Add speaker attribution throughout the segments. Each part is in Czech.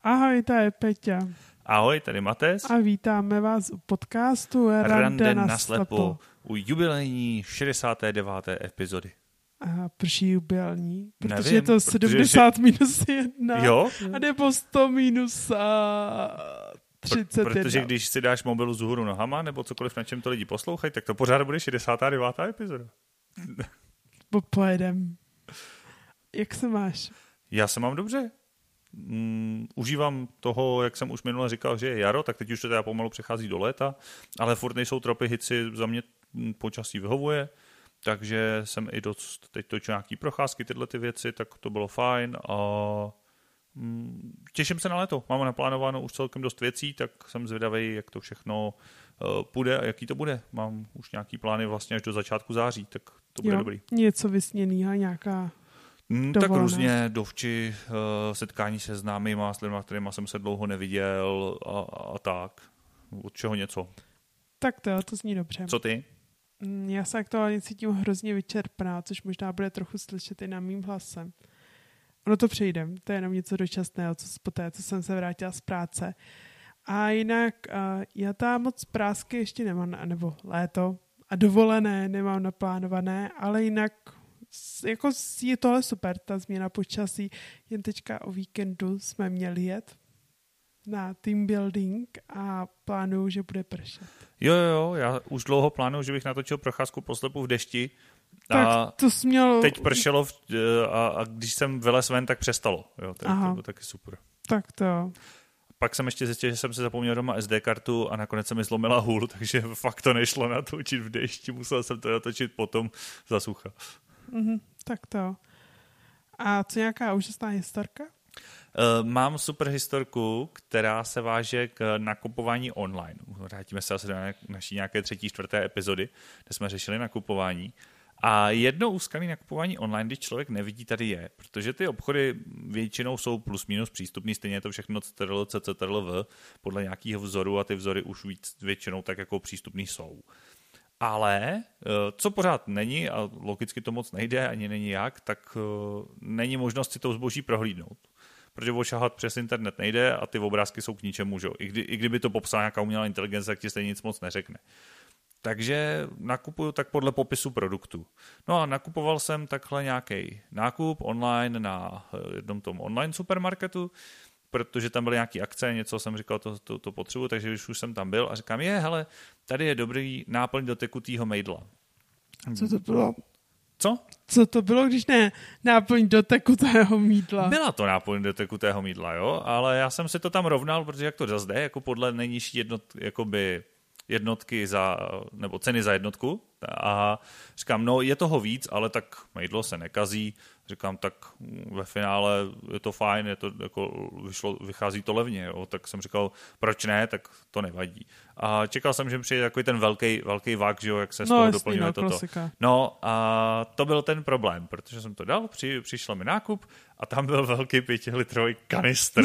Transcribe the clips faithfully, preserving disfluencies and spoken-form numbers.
Speaker 1: Ahoj, to je Peťa.
Speaker 2: Ahoj, tady Mates.
Speaker 1: A vítáme vás u podcastu Rande, Rande na slepo.
Speaker 2: U jubilejní šedesáté deváté epizody.
Speaker 1: A prší jubilní, protože
Speaker 2: Nevím,
Speaker 1: je to sedmdesát protože... minus jedna.
Speaker 2: Jo?
Speaker 1: A nebo sto minus třicet jedna.
Speaker 2: Protože když si dáš mobilu z hůru nohama, nebo cokoliv, na čem to lidi poslouchají, tak to pořád bude šedesátá devátá epizoda.
Speaker 1: Popojedem. Jak se máš?
Speaker 2: Já se mám dobře. Mm, užívám toho, jak jsem už minule říkal, že je jaro, tak teď už to teda pomalu přechází do léta, ale furt nejsou tropy hici, za mě počasí vyhovuje, takže jsem i dost teď točil nějaký procházky, tyhle ty věci, tak to bylo fajn a mm, těším se na léto. Máme naplánováno už celkem dost věcí, tak jsem zvědavý, jak to všechno uh, půjde a jaký to bude. Mám už nějaký plány vlastně až do začátku září, tak to bude
Speaker 1: jo,
Speaker 2: dobrý.
Speaker 1: Něco vysněnýho, nějaká
Speaker 2: Mm, tak různě dovči, uh, setkání se známýma, s lidmi, kterýma jsem se dlouho neviděl a, a tak. Od čeho něco.
Speaker 1: Tak to, to zní dobře.
Speaker 2: Co ty?
Speaker 1: Já se aktuálně cítím hrozně vyčerpaná, což možná bude trochu slyšet i na mým hlasem. Ono to přejde, to je jenom něco dočasného, co poté, co jsem se vrátila z práce. A jinak uh, já tam moc prásky ještě nemám, nebo léto a dovolené nemám naplánované, ale jinak jako je tohle super, ta změna počasí. Jen teďka o víkendu jsme měli jet na team building a plánuju, že bude pršet.
Speaker 2: Jo, jo, jo, já už dlouho plánuju, že bych natočil procházku po slepu v dešti.
Speaker 1: Tak
Speaker 2: a
Speaker 1: to jsi měl...
Speaker 2: teď pršelo v, a, a když jsem vylez ven, tak přestalo. Jo, to, to bylo taky super.
Speaker 1: Tak to.
Speaker 2: Pak jsem ještě zjistil, že jsem si zapomněl doma es dé kartu a nakonec se mi zlomila hůl, takže fakt to nešlo natočit v dešti, musel jsem to natočit potom za sucha.
Speaker 1: Mm-hmm, tak to. A co nějaká úžasná historka?
Speaker 2: Uh, mám super historku, která se váže k nakupování online. Vrátíme se asi do naší nějaké třetí, čtvrté epizody, kde jsme řešili nakupování. A jedno úskalí nakupování online, když člověk nevidí, tady je, protože ty obchody většinou jsou plus minus přístupný, stejně je to všechno C T R L, C C T R L V, podle nějakého vzoru a ty vzory už víc, většinou tak jako přístupný jsou. Ale co pořád není, a logicky to moc nejde, ani není jak, tak není možnost si to zboží prohlídnout. Protože ošahat přes internet nejde a ty obrázky jsou k ničemu, že? I, kdy, I kdyby to popsala nějaká umělá inteligence, tak ti stejně nic moc neřekne. Takže nakupuju tak podle popisu produktu. No a nakupoval jsem takhle nějaký nákup online na jednom tom online supermarketu, protože tam byly nějaké akce, něco jsem říkal, to, to, to potřebuji, takže když už jsem tam byl a říkám, je, hele, tady je dobrý náplň do tekutýho mejdla.
Speaker 1: Co to bylo?
Speaker 2: Co?
Speaker 1: Co to bylo, když ne náplň do tekutého mýdla?
Speaker 2: Byla to náplň do tekutého mýdla, jo, ale já jsem si to tam rovnal, protože jak to zazde, jako podle nejnižší jednot, jakoby jednotky za, nebo ceny za jednotku a říkám, no je toho víc, ale tak mejdlo se nekazí, říkám, tak ve finále je to fajn, je to jako vyšlo, vychází to levně, jo? Tak jsem říkal, proč ne, tak to nevadí. A čekal jsem, že přijde takový ten velký, velký vak, že jo, jak se z
Speaker 1: no,
Speaker 2: toho doplňuje
Speaker 1: no,
Speaker 2: toto.
Speaker 1: Klasika.
Speaker 2: No a to byl ten problém, protože jsem to dal, při, přišel mi nákup a tam byl velký pětilitrový kanistr.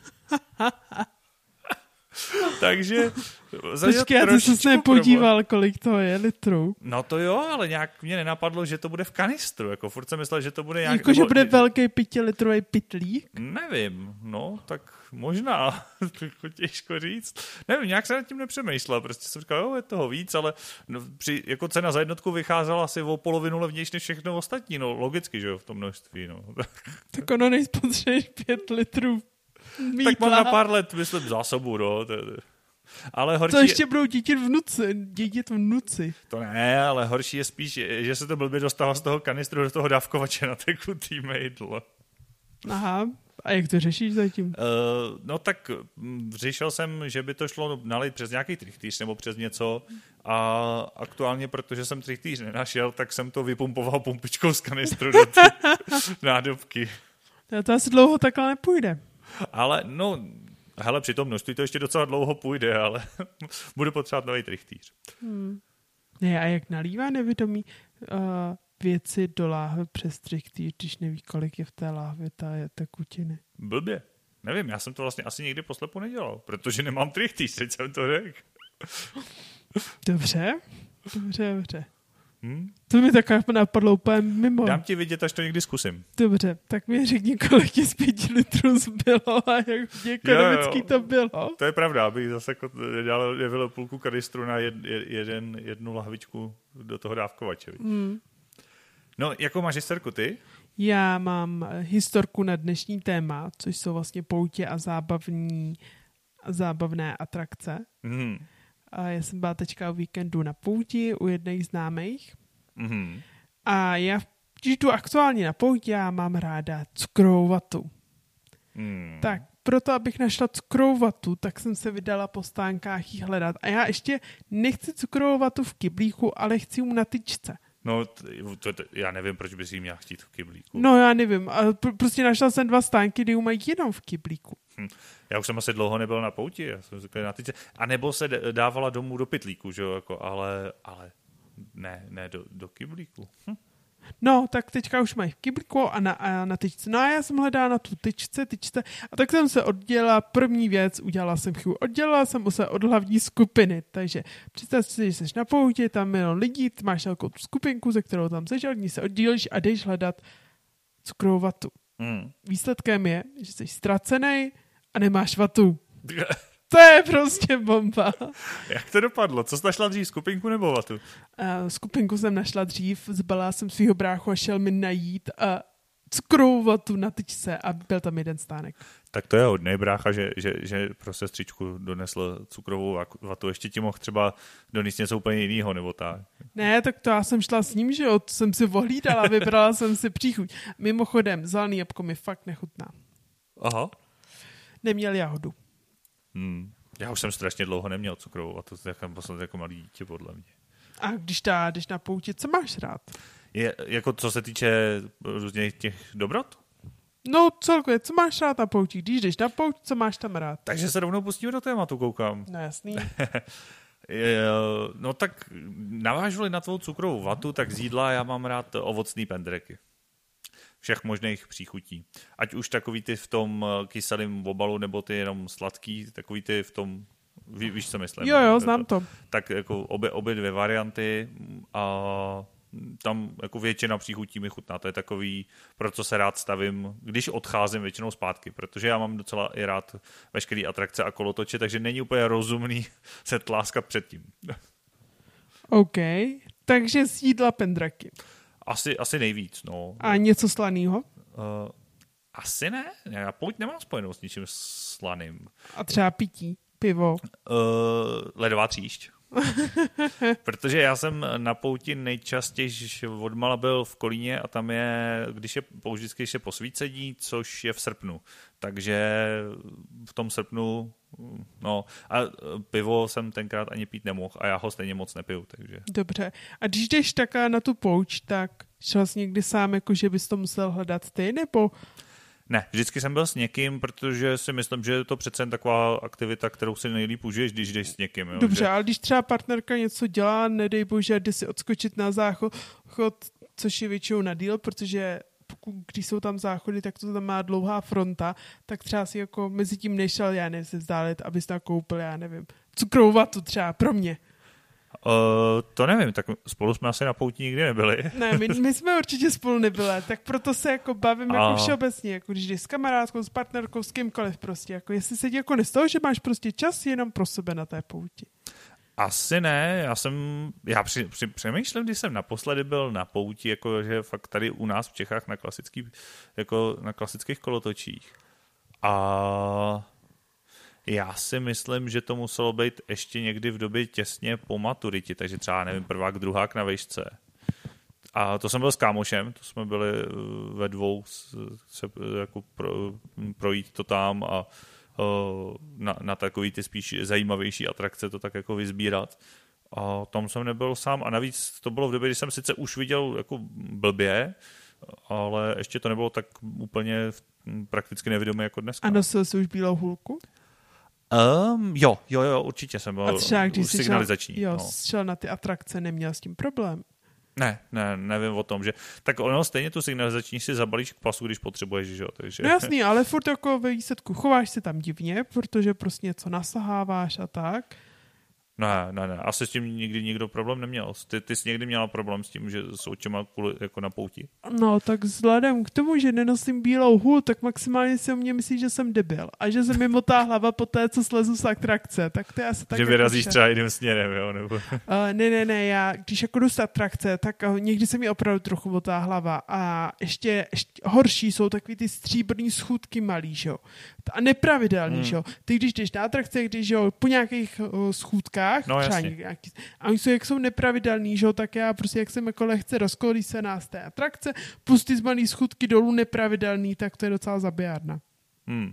Speaker 2: Takže
Speaker 1: Počkej, já jsem se nepodíval, kolik to je litrů.
Speaker 2: No to jo, ale nějak mě nenapadlo, že to bude v kanistru. Jako furt jsem myslel, že to bude nějak...
Speaker 1: Jako, že bude velký pětilitrový pytlík?
Speaker 2: Nevím, no, tak možná. Těžko říct. Nevím, nějak se nad tím nepřemýšlel. Prostě jsem říkal, jo, je toho víc, ale no, při, jako cena za jednotku vycházela asi o polovinu levnější než všechno ostatní. No, logicky, že jo, v tom množství. No.
Speaker 1: Tak ono nejspotřebuješ pět litrů mýdla.
Speaker 2: Tak mám na pár let, myslím, zásobu, no. Ale horší
Speaker 1: to ještě je... budou dětit vnuci, dětit vnuci.
Speaker 2: To ne, ale horší je spíš, že se to blbě dostává z toho kanistru do toho dávkovače na tekutý mejdlo.
Speaker 1: Aha, a jak to řešíš zatím? Uh,
Speaker 2: no tak řešil jsem, že by to šlo nalít přes nějaký trichtýř nebo přes něco a aktuálně, protože jsem trichtýř nenašel, tak jsem to vypumpoval pumpičkou z kanistru do té nádobky.
Speaker 1: To asi dlouho takhle nepůjde.
Speaker 2: Ale no... Hele, při tom množství to ještě docela dlouho půjde, ale budu potřebovat nový trichtýř.
Speaker 1: Hmm. Ne, a jak nalívá nevědomí uh, věci do láhve přes trichtýř, když neví, kolik je v té láhvě ta tekutiny?
Speaker 2: Blbě. Nevím, já jsem to vlastně asi nikdy poslepu nedělal, protože nemám trichtýř, teď jsem to řekl.
Speaker 1: Dobře, dobře, dobře.
Speaker 2: Hmm?
Speaker 1: To mi tak napadlo úplně mimo.
Speaker 2: Dám ti vidět, až to někdy zkusím.
Speaker 1: Dobře, tak mi řekni, kolik ti z pěti litrů zbylo a jak ekonomický to bylo.
Speaker 2: To je pravda, abych zase jako dal nevilo půlku kanistru na jed, jeden, jednu lahvičku do toho dávkovače. Hmm. No, jakou máš historku ty?
Speaker 1: Já mám historku na dnešní téma, což jsou vlastně poutě a zábavní, zábavné atrakce. Hmm. A já jsem byla teďka o víkendu na pouti u jedných známých. Mm-hmm. A já, když jdu aktuálně na pouti, já mám ráda cukrovou vatu. Mm. Tak proto, abych našla cukrovou vatu, tak jsem se vydala po stánkách jí hledat. A já ještě nechci cukrovou vatu v kyblíku, ale chci ji na tyčce.
Speaker 2: No, to, to, já nevím, proč bys jí měla chtít v kyblíku.
Speaker 1: No, já nevím. Ale pr- prostě našla jsem dva stánky, kdy ji mají jenom v kyblíku.
Speaker 2: Hm. Já už jsem asi dlouho nebyl na pouti, já jsem na tyčce. A nebo se dávala domů do pytlíku, že jo, jako, ale, ale ne, ne do, do kyblíku. Hm.
Speaker 1: No, tak teďka už mají v kyblíku a na, a na tyčce. No a já jsem hledala na tu tyčce, tyčce. A tak jsem se oddělala, první věc, udělala jsem chybu. Oddělala jsem se od hlavní skupiny. Takže představ si, že jsi na pouti, tam milion lidí, ty máš velkou tu skupinku, ze kterou tam seš, od ní se oddělíš a jdeš hledat cukrovou vatu. Mm. Výsledkem je, že jsi ztracený a nemáš vatu. To je prostě bomba.
Speaker 2: Jak to dopadlo? Co jsi našla dřív, skupinku nebo vatu?
Speaker 1: Uh, skupinku jsem našla dřív, zbalila jsem svýho bráchu a šel mi najít a cukrovou vatu na tyčce a byl tam jeden stánek.
Speaker 2: Tak to je hodnej brácha, že, že, že pro sestřičku donesl cukrovou vatu. Ještě ti mohl třeba donést něco úplně jiného, nebo tak.
Speaker 1: Ne, tak to já jsem šla s ním, že jo, to jsem si ohlídala, vybrala jsem si příchuť. Mimochodem, zelený jabko mi fakt nechutná.
Speaker 2: Aha.
Speaker 1: Neměl jahodu.
Speaker 2: Hmm. Já už jsem strašně dlouho neměl cukrovou a to jsem posledně jako malý dítě, podle mě.
Speaker 1: A když, ta, když na pouti, co máš rád?
Speaker 2: Je, jako co se týče různých těch dobrot?
Speaker 1: No celkově, co máš rád na pouti? Když jdeš na pouť, co máš tam rád?
Speaker 2: Takže se rovnou pustíme do tématu, koukám.
Speaker 1: No jasný.
Speaker 2: No tak navážu-li na tvou cukrovou vatu, tak z jídla já mám rád ovocný pendreky. Všech možných příchutí. Ať už takový ty v tom kyselém obalu, nebo ty jenom sladký, takový ty v tom, ví, víš, co myslím?
Speaker 1: Jo, jo, znám to.
Speaker 2: Tak jako obě, obě dvě varianty a tam jako většina příchutí mi chutná. To je takový, pro co se rád stavím, když odcházím většinou zpátky, protože já mám docela i rád veškerý atrakce a kolotoče, takže není úplně rozumný se tláskat předtím.
Speaker 1: OK, takže z jídla pendraky.
Speaker 2: Asi, asi nejvíc, no.
Speaker 1: A něco slanýho?
Speaker 2: Uh, asi ne. Já pouť nemám spojenou s ničím slaným.
Speaker 1: A třeba pití, pivo?
Speaker 2: Uh, ledová tříšť. Protože já jsem na pouti nejčastěji odmala byl v Kolíně a tam je, když je pouť vždycky, když je posvícení, což je v srpnu. Takže v tom srpnu, no, a pivo jsem tenkrát ani pít nemohl a já ho stejně moc nepiju, takže.
Speaker 1: Dobře. A když jdeš taká na tu pouť, tak šel jsi někdy sám, jako že bys to musel hledat ty, nebo?
Speaker 2: Ne, vždycky jsem byl s někým, protože si myslím, že je to přece jen taková aktivita, kterou si nejlíp užiješ, když jdeš s někým. Jo?
Speaker 1: Dobře,
Speaker 2: že...
Speaker 1: ale když třeba partnerka něco dělá, nedej bože, jde si odskočit na záchod, což je většinou na díl, protože když jsou tam záchody, tak to tam má dlouhá fronta, tak třeba si jako mezi tím nešel, já nevím, se vzdálit, abys tam koupil, já nevím, cukrovou vatu třeba pro mě.
Speaker 2: Uh, to nevím, tak spolu jsme asi na pouti nikdy nebyli.
Speaker 1: Ne, my, my jsme určitě spolu nebyli, tak proto se jako bavím jako a... všeobecně, jako když jdeš s kamarádkou, s partnerkou, s kýmkoliv prostě, jako jestli se ti jako nestalo, že máš prostě čas jenom pro sebe na té pouti.
Speaker 2: Asi ne, já jsem, já při, při, přemýšlím, když jsem naposledy byl na pouti, jako že fakt tady u nás v Čechách na klasický, jako na klasických kolotočích. A já si myslím, že to muselo být ještě někdy v době těsně po maturitě, takže třeba, nevím, prvák, druhák na vejšce. A to jsem byl s kámošem, to jsme byli ve dvou se jako pro, projít to tam a na, na takový ty spíš zajímavější atrakce to tak jako vyzbírat. A tam jsem nebyl sám a navíc to bylo v době, kdy jsem sice už viděl jako blbě, ale ještě to nebylo tak úplně prakticky nevědomé jako dneska.
Speaker 1: A nosil jsi už bílou hůlku?
Speaker 2: Um, jo, jo, jo, určitě jsem byl
Speaker 1: třeba, když
Speaker 2: signalizační.
Speaker 1: Šel, jo,
Speaker 2: no.
Speaker 1: šel na ty atrakce, neměl s tím problém.
Speaker 2: Ne, ne, nevím o tom, že tak ono stejně tu signalizační si zabalíš k pasu, když potřebuješ, že jo, takže.
Speaker 1: No jasný, ale furt jako ve výsledku chováš se tam divně, protože prostě něco nasaháváš a tak.
Speaker 2: Ne, ne, ne. Asi s tím nikdy nikdo problém neměl. Ty, ty jsi někdy měla problém s tím, že s očima kvůli, jako na pouti?
Speaker 1: No, tak vzhledem k tomu, že nenosím bílou hůl, tak maximálně si o mě myslí, že jsem debil. A že se mi motá hlava po té, co slezu z atrakce. Tak to je asi tak.
Speaker 2: Že vyrazíš jako třeba jiným směrem, jo? Nebo... Uh,
Speaker 1: ne, ne, ne. Já, když jako jdu z atrakce, tak uh, někdy se mi opravdu trochu motá hlava. A ještě, ještě horší jsou takový ty stříbrný schůdky malý, že jo? A nepravidelný, hmm. že jo? Ty, když jdeš na atrakce, když jo, po nějakých uh, schůdkách,
Speaker 2: no,
Speaker 1: třeba nějaký, a oni jsou, jak jsou nepravidelný, že jo, tak já prostě, jak jsem jako lehce rozkolí se nás z té atrakce, pustit z malý schůdky dolů nepravidelný, tak to je docela zabijárna.
Speaker 2: Hmm.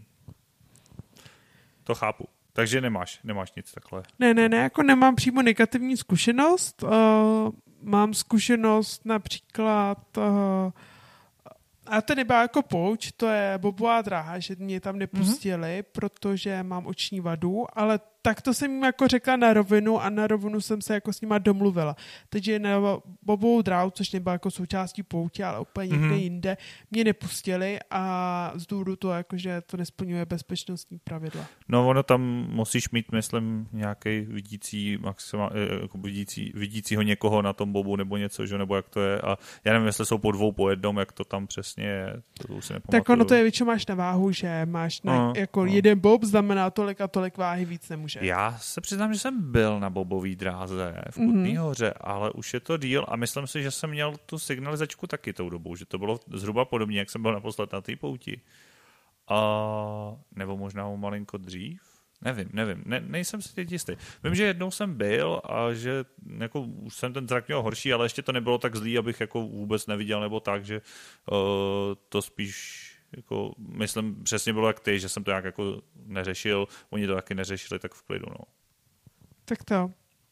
Speaker 2: To chápu. Takže nemáš, nemáš nic takhle.
Speaker 1: Ne, ne, ne, jako nemám přímo negativní zkušenost. Uh, mám zkušenost například uh, a to nebyla jako pouč, to je bobová dráha, že mě tam nepustili, mm-hmm. protože mám oční vadu, ale tak to jsem jim jako řekla na rovinu a na rovinu jsem se jako s nima domluvila. Takže na bobovou dráhu, což nebyla jako součástí poutě, ale úplně někde mm-hmm. jinde, mě nepustili a z důvodu toho, jako, že to nesplňuje bezpečnostní pravidla.
Speaker 2: No ono tam musíš mít, myslím, nějaký vidící, maximál, jako vidící, vidícího někoho na tom bobu nebo něco, že? Nebo jak to je. A já nevím, jestli jsou po dvou, po jednom, jak to tam přesně je. To už si nepamatuju.
Speaker 1: Tak ono to je, většinou máš na váhu, že máš na, no, jako no. jeden bob znamená tolik a tolik váhy, víc nemůže.
Speaker 2: Já se přiznám, že jsem byl na bobové dráze v Kutný mm-hmm. Hoře, ale už je to díl a myslím si, že jsem měl tu signalizačku taky tou dobou, že to bylo zhruba podobně, jak jsem byl naposled na té pouti. A nebo možná o malinko dřív? Nevím, nevím, ne, nejsem si teď jistý. Vím, že jednou jsem byl a že jako, už jsem ten zrak měl horší, ale ještě to nebylo tak zlý, abych jako vůbec neviděl nebo tak, že uh, to spíš jako, myslím, přesně bylo jak ty, že jsem to nějak jako neřešil, oni to taky neřešili, tak v klidu, no.
Speaker 1: Tak to.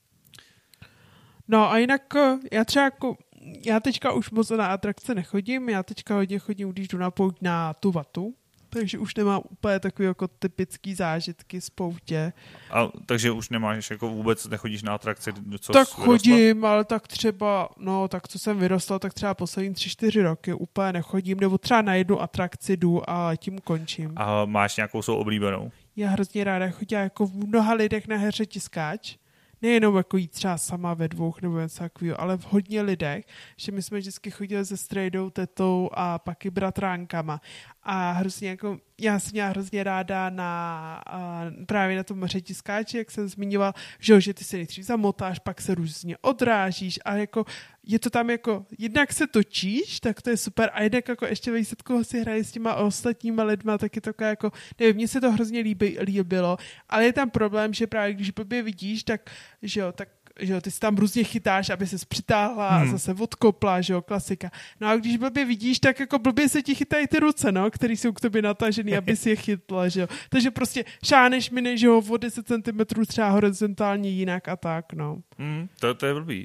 Speaker 1: No a jinak já třeba jako, já teďka už moc na atrakce nechodím, já teďka hodně chodím, když jdu na pouť na tu vatu, takže už nemám úplně takový jako typický zážitky z poutě.
Speaker 2: A, takže už nemáš, jako vůbec nechodíš na atrakce, co
Speaker 1: tak
Speaker 2: vyrostla?
Speaker 1: Chodím, ale tak třeba, no tak co jsem vyrostla, tak třeba poslední tři, čtyři roky úplně nechodím, nebo třeba na jednu atrakci jdu a tím končím.
Speaker 2: A máš nějakou svou oblíbenou?
Speaker 1: Já hrozně ráda chodím jako v mnoha lidech na herře Tiskáč. Nejenom jako jít třeba sama ve dvou nebo něco takového, ale v hodně lidech, že my jsme vždycky chodili se strejdou, tetou a pak i bratránkama. A hrozně jako, já jsem měla hrozně ráda na, uh, právě na tom Tiskáči, jak jsem zmiňoval, že, že ty se nejdřív zamotáš, pak se různě odrážíš a jako je to tam jako, jednak se točíš, tak to je super a jednak jako ještě výsledku si hraje s těma ostatníma lidma, tak je to jako, nevím, mně se to hrozně líbí, líbilo, ale je tam problém, že právě když blbě vidíš, tak, že jo, tak že jo, ty si tam různě chytáš, aby ses přitáhla hmm. a zase odkopla, že jo, klasika. No a když blbě vidíš, tak jako blbě se ti chytají ty ruce, no, který jsou k tobě natažený, aby si je chytla, že jo. Takže prostě šáneš mi, že jo, o deset centimetrů třeba horizontálně jinak a tak, no.
Speaker 2: Hmm, to, to je blbý.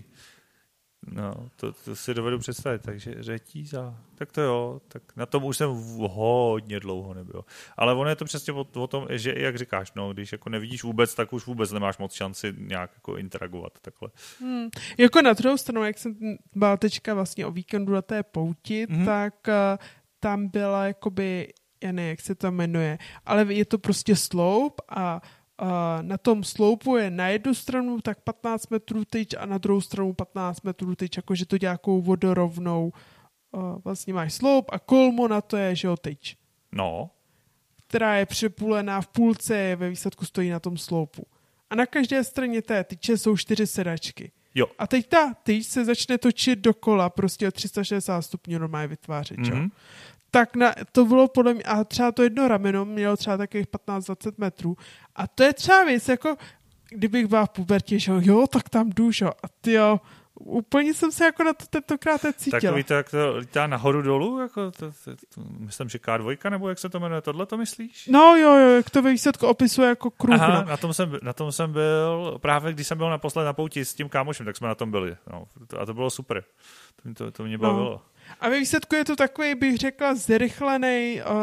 Speaker 2: No, to, to si dovedu představit, takže řetíza. Tak to jo, tak na tom už jsem hodně dlouho nebyl. Ale ono je to přesně o, o tom, že jak říkáš, no, když jako nevidíš vůbec, tak už vůbec nemáš moc šanci nějak jako interagovat takhle.
Speaker 1: Hmm. Jako na druhou stranu, jak jsem byla teďka vlastně o víkendu na té pouti, mm-hmm. tak uh, tam byla jakoby, já nevím, jak se to jmenuje, ale je to prostě sloup a Uh, na tom sloupu je na jednu stranu tak patnáct metrů tyč a na druhou stranu patnáct metrů tyč, jakože to nějakou vodorovnou uh, vlastně máš sloup a kolmo na to je, že jo, tyč.
Speaker 2: No.
Speaker 1: Která je přepůlená v půlce, ve výsledku stojí na tom sloupu. A na každé straně té tyče jsou čtyři sedačky.
Speaker 2: Jo.
Speaker 1: A teď ta tyč se začne točit dokola, prostě o tři sta šedesát stupňů normálně vytvářet, mm-hmm. jo. Tak na, to bylo podle mě, a třeba to jedno rameno mělo třeba takových patnáct dvacet metrů. A to je třeba věc, jako kdybych byla v pubertě, že jo, tak tam jdu, že? A ty jo, úplně jsem se jako na to tentokrát cítila.
Speaker 2: Takový to, jak to lítá nahoru dolů, jako to, to, to, myslím, že ká dva, nebo jak se to jmenuje, tohle to myslíš?
Speaker 1: No jo, jo, jak to ve výsledku opisuje jako kruh.
Speaker 2: Aha, na tom, jsem, na tom jsem byl, právě když jsem byl naposled na pouti s tím kámošem, tak jsme na tom byli. No, a to bylo super. To, to, to mě bavilo. No.
Speaker 1: A ve výsledku je to takový, bych řekla, zrychlený uh,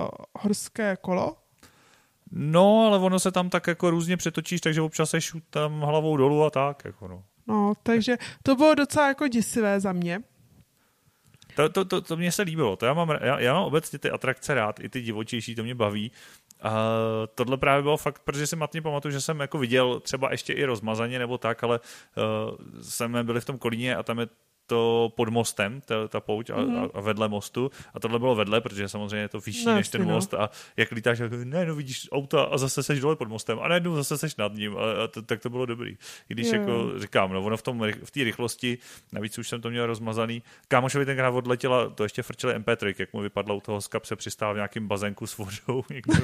Speaker 1: horské kolo?
Speaker 2: No, ale ono se tam tak jako různě přetočíš, takže občas seš tam hlavou dolů a tak. Jako no.
Speaker 1: no, takže to bylo docela jako děsivé za mě.
Speaker 2: To, to, to, to mně se líbilo. To já, mám, já, já mám obecně ty atrakce rád, i ty divočejší, to mě baví. A tohle právě bylo fakt, protože si matně pamatuju, že jsem jako viděl třeba ještě i rozmazaně nebo tak, ale uh, jsme byli v tom Kolíně a tam je to pod mostem, ta, ta pouť a, mm-hmm. a vedle mostu. A tohle bylo vedle, protože samozřejmě je to vyšší no, než ten no. most. A jak lítáš, jak ne, no vidíš auta a zase seš dole pod mostem a najednou zase seš nad ním. A, a to, tak to bylo dobrý. I když yeah. jako říkám, no ono v tom v té rychlosti, navíc už jsem to měl rozmazaný. Kámošovi tenkrát odletěla, to ještě frčeli em pé tři, jak mu vypadlo u toho z kapse, přistál v nějakým bazénku s vodou.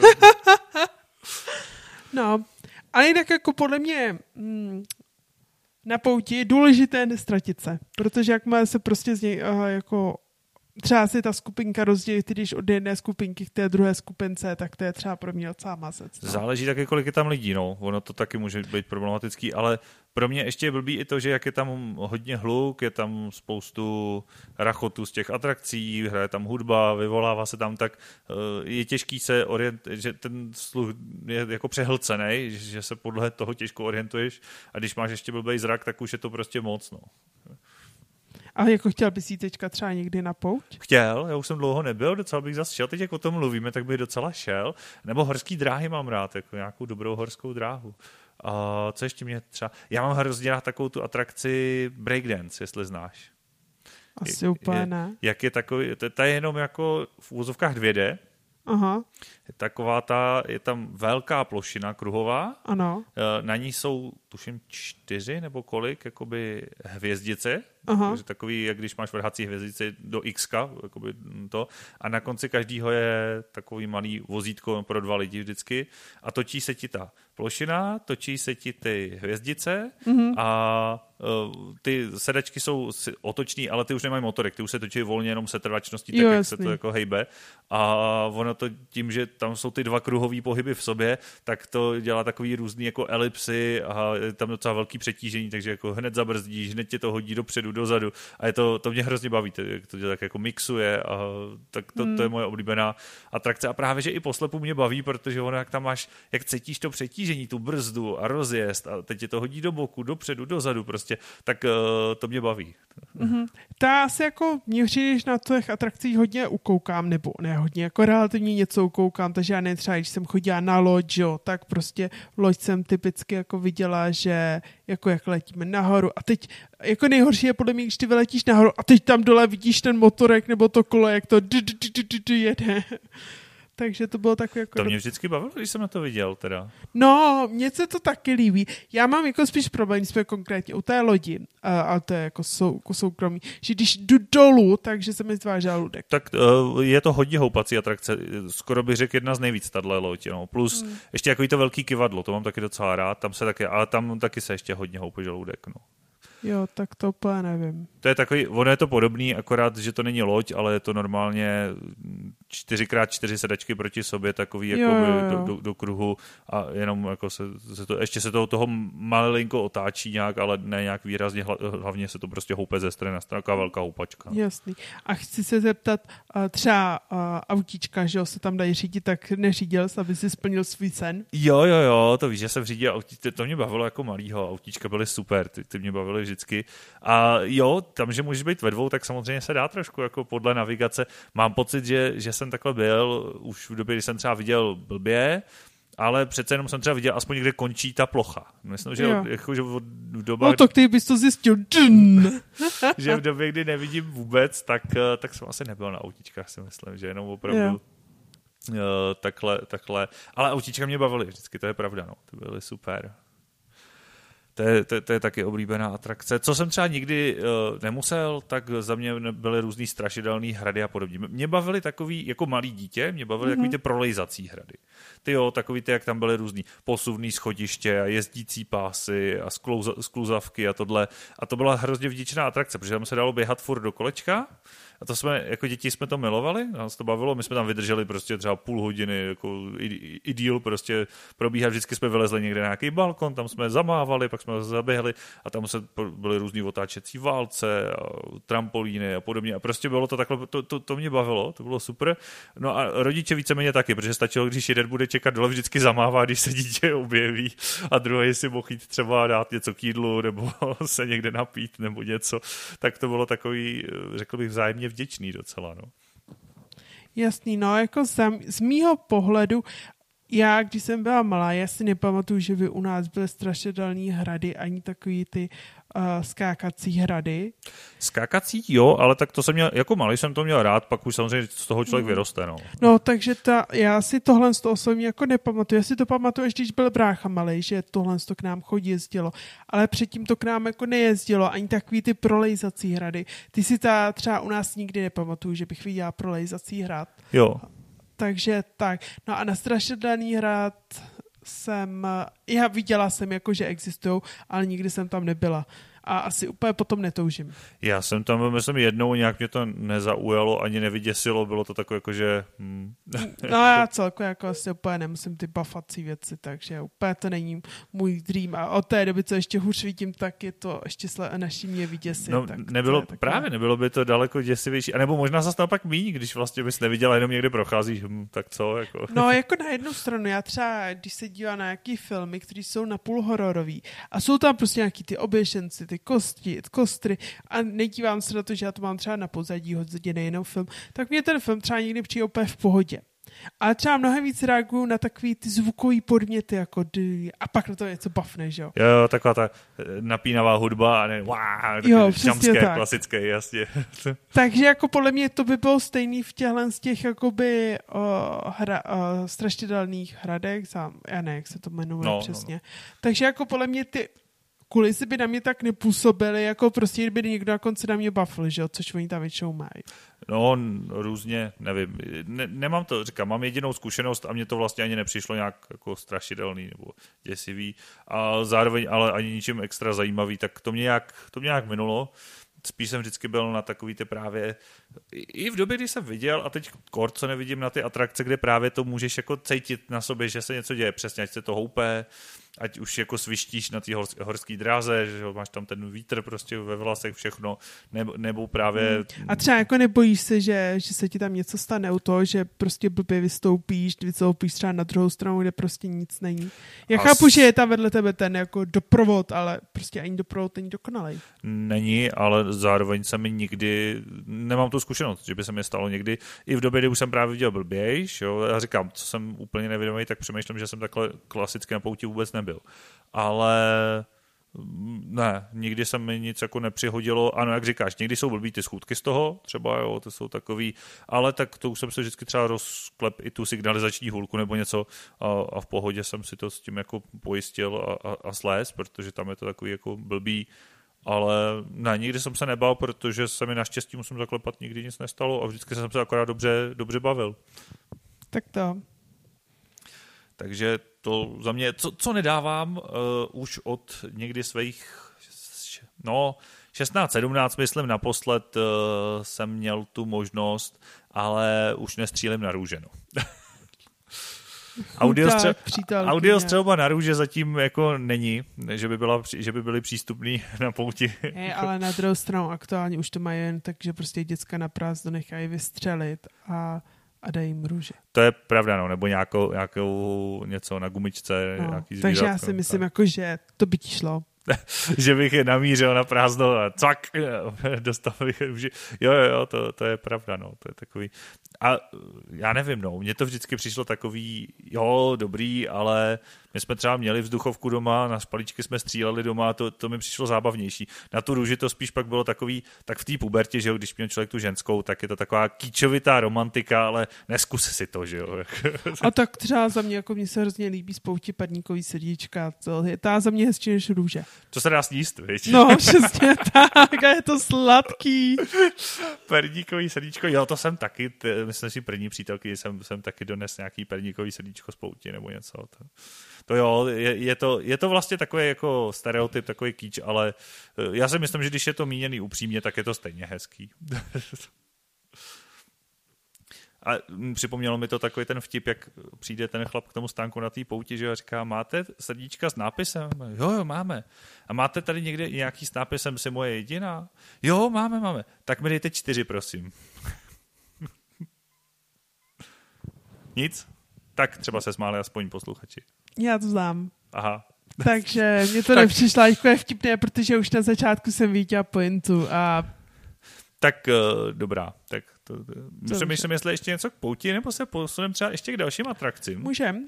Speaker 1: No, ale jinak jako podle mě... Hmm, na pouti je důležité nestratit se, protože jakmile se prostě z něj uh, jako třeba si ta skupinka rozdělí, když od jedné skupinky k té druhé skupince, tak to je třeba pro mě docela mazec. No.
Speaker 2: Záleží taky, kolik je tam lidí, no. Ono to taky může být problematický, ale pro mě ještě je blbý i to, že jak je tam hodně hluk, je tam spoustu rachotu z těch atrakcí, hraje tam hudba, vyvolává se tam, tak uh, je těžký se orientovat, že ten sluch je jako přehlcený, že se podle toho těžko orientuješ a když máš ještě blbej zrak, tak už je to prostě moc, no.
Speaker 1: Ale jako chtěl bys jít teďka třeba někdy na pouť?
Speaker 2: Chtěl, já už jsem dlouho nebyl, docela bych zase šel, teď jak o tom mluvíme, tak bych docela šel, nebo horský dráhy mám rád, jako nějakou dobrou horskou dráhu. A co ještě mě třeba, já mám hrozně rád takovou tu atrakci breakdance, jestli znáš.
Speaker 1: Asi úplně ne.
Speaker 2: Jak je takový, to je jenom jako v úvozovkách dvě dé,
Speaker 1: aha.
Speaker 2: Je taková ta, je tam velká plošina kruhová,
Speaker 1: ano.
Speaker 2: Na ní jsou, tuším, čtyři nebo kolik, jakoby hvězdice, takže takový, jak když máš vrhací hvězdici do X-ka, jakoby to, a na konci každýho je takový malý vozítko pro dva lidi vždycky a točí se ti ta plošina, točí se ti ty hvězdice mm-hmm. a uh, ty sedačky jsou otočný, ale ty už nemají motorek, ty už se točí volně jenom setrvačností, tak
Speaker 1: jo,
Speaker 2: jak
Speaker 1: jasný.
Speaker 2: se to jako hejbe a ono to tím, že tam jsou ty dva kruhový pohyby v sobě, tak to dělá takový různý jako elipsy a je tam docela velký přetížení, takže jako hned zabrzdíš, hned tě to hodí dopředu, dozadu a je to, to mě hrozně baví, to, to tak jako mixuje a tak to, hmm. to je moje oblíbená atrakce a právě, že i poslepu mě baví, protože ono, jak tam máš, jak cítíš to přetížení, tu brzdu a rozjezd a teď tě to hodí do boku, dopředu, dozadu prostě, tak uh, to mě baví.
Speaker 1: Mm-hmm. Ta asi jako mě přijdeš na těch atrakcích hodně ukoukám, nebo ne hodně, jako relativně něco ukoukám, takže já ne třeba, když jsem chodila na loď, jo, tak prostě loď jsem typicky jako viděla, že jako jak letíme nahoru a teď jako nejhorší je podle mě, když ty vyletíš nahoru a teď tam dole vidíš ten motorek nebo to kolo, jak to jede. Takže to bylo takové jako...
Speaker 2: To mě vždycky bavilo, když jsem na to viděl teda.
Speaker 1: No, mně se to taky líbí. Já mám jako spíš problém, jsme konkrétně u té lodi, uh, ale to je jako, sou, jako soukromí, že když jdu dolů, takže se mi zdvá žaludek.
Speaker 2: Tak uh, je to hodně houpací atrakce, skoro bych řekl jedna z nejvíc tahle loď, no. Plus hmm. ještě jako to velký kivadlo, to mám taky docela rád, tam se taky, ale tam taky se ještě hodně houpe žaludek, no.
Speaker 1: Jo, tak to úplně nevím.
Speaker 2: To je takový, ono je to podobný, akorát, že to není loď, ale je to normálně čtyři krát čtyři sedačky proti sobě, takový
Speaker 1: jo,
Speaker 2: jakoby
Speaker 1: jo, jo.
Speaker 2: Do, do, do kruhu a jenom jako se, se to, ještě se to toho malinko otáčí nějak, ale ne nějak výrazně, hlavně se to prostě houpe ze strany na stranu, taková velká houpačka.
Speaker 1: Jasný. A chci se zeptat, třeba autíčka, že jo, se tam dají řídit, tak neřídil jsi, aby si splnil svůj sen?
Speaker 2: Jo, jo, jo, to víš, že jsem řídil autíčka, to mě bavilo jako malýho, autíčka byly super, ty, ty mě bavily vždycky. A jo, tam, že můžeš být ve dvou, tak samozřejmě se dá trošku jako podle navigace. Mám pocit, že, že jsem takhle byl už v době, kdy jsem třeba viděl blbě, ale přece jenom jsem třeba viděl aspoň někde končí ta plocha. Myslím, že, jako, že v dobách...
Speaker 1: No to ty bys to zjistil.
Speaker 2: že v době, kdy nevidím vůbec, tak, tak jsem asi nebyl na autíčkách, si myslím, že jenom opravdu jo. Uh, takhle, takhle. Ale autíčka mě bavily vždycky, to je pravda, no. To byly super. To je, to, to je taky oblíbená atrakce. Co jsem třeba nikdy uh, nemusel, tak za mě byly různý strašidelný hrady a podobně. Mě bavily takový, jako malý dítě, mě bavily mm-hmm. takový ty prolejzací hrady. Ty jo, takový ty, jak tam byly různý posuvný schodiště a jezdící pásy a sklouza, skluzavky a tohle. A to byla hrozně vděčná atrakce, protože tam se dalo běhat furt do kolečka. A to jsme, jako děti jsme to milovali, nás to bavilo, my jsme tam vydrželi prostě třeba půl hodiny, jako i, i díl prostě probíhat, vždycky jsme vylezli někde na nějaký balkon, tam jsme zamávali, pak jsme zaběhli a tam se byly různý otáčecí válce a trampolíny a podobně a prostě bylo to takhle, to, to, to mě bavilo, to bylo super. No a rodiče víceméně taky, protože stačilo, když jeden bude čekat dole, vždycky zamává, když se dítě objeví a druhý si mohl jít třeba dát něco k jídlu nebo se někde napít nebo něco, tak to bylo takový, řekl bych, vzájemně vděčný docela, no.
Speaker 1: Jasný, no, jako z, z mýho pohledu já, když jsem byla malá, já si nepamatuju, že by u nás byly strašidelné hrady, ani takový ty uh, skákací hrady.
Speaker 2: Skákací, jo, ale tak to jsem měl, jako malý jsem to měl rád, pak už samozřejmě z toho člověk vyroste, no.
Speaker 1: No, takže ta, já si tohle z toho osobně jako nepamatuju. Já si to pamatuju, až když byl brácha malej, že tohle to k nám chodí jezdilo. Ale předtím to k nám jako nejezdilo, ani takový ty prolejzací hrady. Ty si ta třeba u nás nikdy nepamatuju, že bych viděla prolejzací hrad.
Speaker 2: Jo.
Speaker 1: Takže tak. No a na Strašidelný hrad jsem, já viděla jsem jako, že existují, ale nikdy jsem tam nebyla. A asi úplně potom netoužím.
Speaker 2: Já jsem tam, myslím, jednou nějak mě to nezaujalo, ani nevyděsilo, bylo to takové jako, že... Hmm.
Speaker 1: No já celkově jako asi úplně nemusím ty bafací věci, takže úplně to není můj dream. A od té doby, co ještě hůř vidím, tak je to ještě naší mě vyděsit.
Speaker 2: No
Speaker 1: tak
Speaker 2: nebylo,
Speaker 1: tak
Speaker 2: právě nebylo by to daleko děsivější. A nebo možná zase naopak míň, když vlastně bys neviděla, jenom někde procházíš, hm, tak co? Jako.
Speaker 1: No jako na jednu stranu, já třeba, když se dívám na nějaký filmy, které jsou napůl hororový a jsou tam prostě nějaký ty oběšenci, ty kosti, kostry a nedívám se na to, že já to mám třeba na pozadí hodně nejenom film, tak mě ten film třeba někdy přijde úplně v pohodě. Ale třeba mnohem víc reaguju na takový ty zvukový podměty, jako dy, a pak na to něco bafne, že jo?
Speaker 2: Jo, taková ta napínavá hudba a ne, wow,
Speaker 1: jo,
Speaker 2: jumpscare klasické, jasně.
Speaker 1: Takže jako podle mě to by bylo stejný v těchhle z těch jakoby uh, hra, uh, strašidelných hradech, sám, já ne, jak se to jmenuje no, přesně. No, no. Takže jako podle mě ty kulisy by na mě tak nepůsobily, jako prostě kdyby někdo na konci na mě bafl, že jo, což oni tam většinou mají.
Speaker 2: No, různě, nevím. Ne, nemám to, říkám, mám jedinou zkušenost a mně to vlastně ani nepřišlo nějak jako strašidelný nebo děsivý a zároveň ale ani ničím extra zajímavý, tak to mě nějak, to mě nějak minulo. Spíš jsem vždycky byl na takový ty právě, i v době, kdy jsem viděl, a teď kor, co nevidím na ty atrakce, kde právě to můžeš jako cítit na sobě, že se něco děje, přesně, ať se to houpe, ať už jako svištíš na té horské dráze, že máš tam ten vítr prostě ve vlasech, všechno, nebo, nebo právě...
Speaker 1: Hmm. A třeba jako nebojíš se, že, že se ti tam něco stane u toho, že prostě blbě vystoupíš, vystoupíš třeba na druhou stranu, kde prostě nic není. Já As... chápu, že je tam vedle tebe ten jako doprovod, ale prostě ani doprovod není dokonalej.
Speaker 2: Není, ale zároveň se mi nikdy, nemám tu zkušenost, že by se mi stalo někdy, i v době, kdy už jsem právě viděl blbějš, jo, já říkám, co jsem úplně nevědomý, tak přemýšlím, že jsem takhle klasicky na pouti vůbec nebyl. Ale ne, nikdy se mi nic jako nepřihodilo. Ano, jak říkáš, někdy jsou blbý ty schůdky z toho, třeba jo, to jsou takový, ale tak to už jsem se vždycky třeba rozklep i tu signalizační hůlku nebo něco a, a v pohodě jsem si to s tím jako pojistil a, a, a slez, protože tam je to takový jako blbý. Ale ne, nikdy jsem se nebál, protože se mi naštěstí, musím zaklepat, nikdy nic nestalo a vždycky jsem se akorát dobře, dobře bavil.
Speaker 1: Tak to.
Speaker 2: Takže to za mě, co, co nedávám uh, už od někdy svých, no, šestnáct sedmnáct, myslím, naposled uh, jsem měl tu možnost, ale už nestřílím na růže, no. Audio střelba na růže zatím jako není, že by, byla, že by byly přístupný na pouti.
Speaker 1: Je, ale na druhou stranu aktuálně už to mají jen tak, že prostě děcka na prázdno nechají vystřelit a a dají jim růže.
Speaker 2: To je pravda, no, nebo nějakou, nějakou něco na gumičce.
Speaker 1: No,
Speaker 2: nějaký
Speaker 1: takže já si myslím, jako, že to by ti šlo.
Speaker 2: Že bych je namířil na prázdno a cvak, dostal bych růži. Jo, jo, jo, to, to je pravda, no, to je takový. A já nevím, no, mně to vždycky přišlo takový, jo, dobrý, ale my jsme třeba měli vzduchovku doma, na špalíčky jsme stříleli doma, to, to mi přišlo zábavnější. Na tu růži to spíš pak bylo takový, tak v té pubertě, že jo, když měl člověk tu ženskou, tak je to taková kýčovitá romantika, ale neskus si to, že jo.
Speaker 1: A tak třeba za mě, jako mně se hrozně líbí spouti padníkový srdíčka, to je ta za mě hezčí než růže.
Speaker 2: To se dá sníst, viď?
Speaker 1: No, přesně tak, a je to sladký.
Speaker 2: Perníkový srdíčko, jo, to jsem taky, t- myslím si první přítelky, jsem, jsem taky dones nějaký perníkový srdíčko z pouti nebo něco. To, to jo, je, je, to, je to vlastně takový jako stereotyp, takový kýč, ale já si myslím, že když je to míněný upřímně, tak je to stejně hezký. A připomnělo mi to takový ten vtip, jak přijde ten chlap k tomu stánku na té pouti, že říká, máte srdíčka s nápisem? Jo, jo, máme. A máte tady někde nějaký s nápisem si moje jediná? Jo, máme, máme. Tak mi dejte čtyři, prosím. Nic? Tak třeba se smáli aspoň posluchači.
Speaker 1: Já to znám.
Speaker 2: Aha.
Speaker 1: Takže mě to tak nepřišlo jako vtipné, protože už na začátku jsem viděla pointu a...
Speaker 2: Tak uh, dobrá, tak to, to. Přemýšlím, jestli ještě něco k pouti, nebo se posuneme třeba ještě k dalším atrakcím.
Speaker 1: Můžem.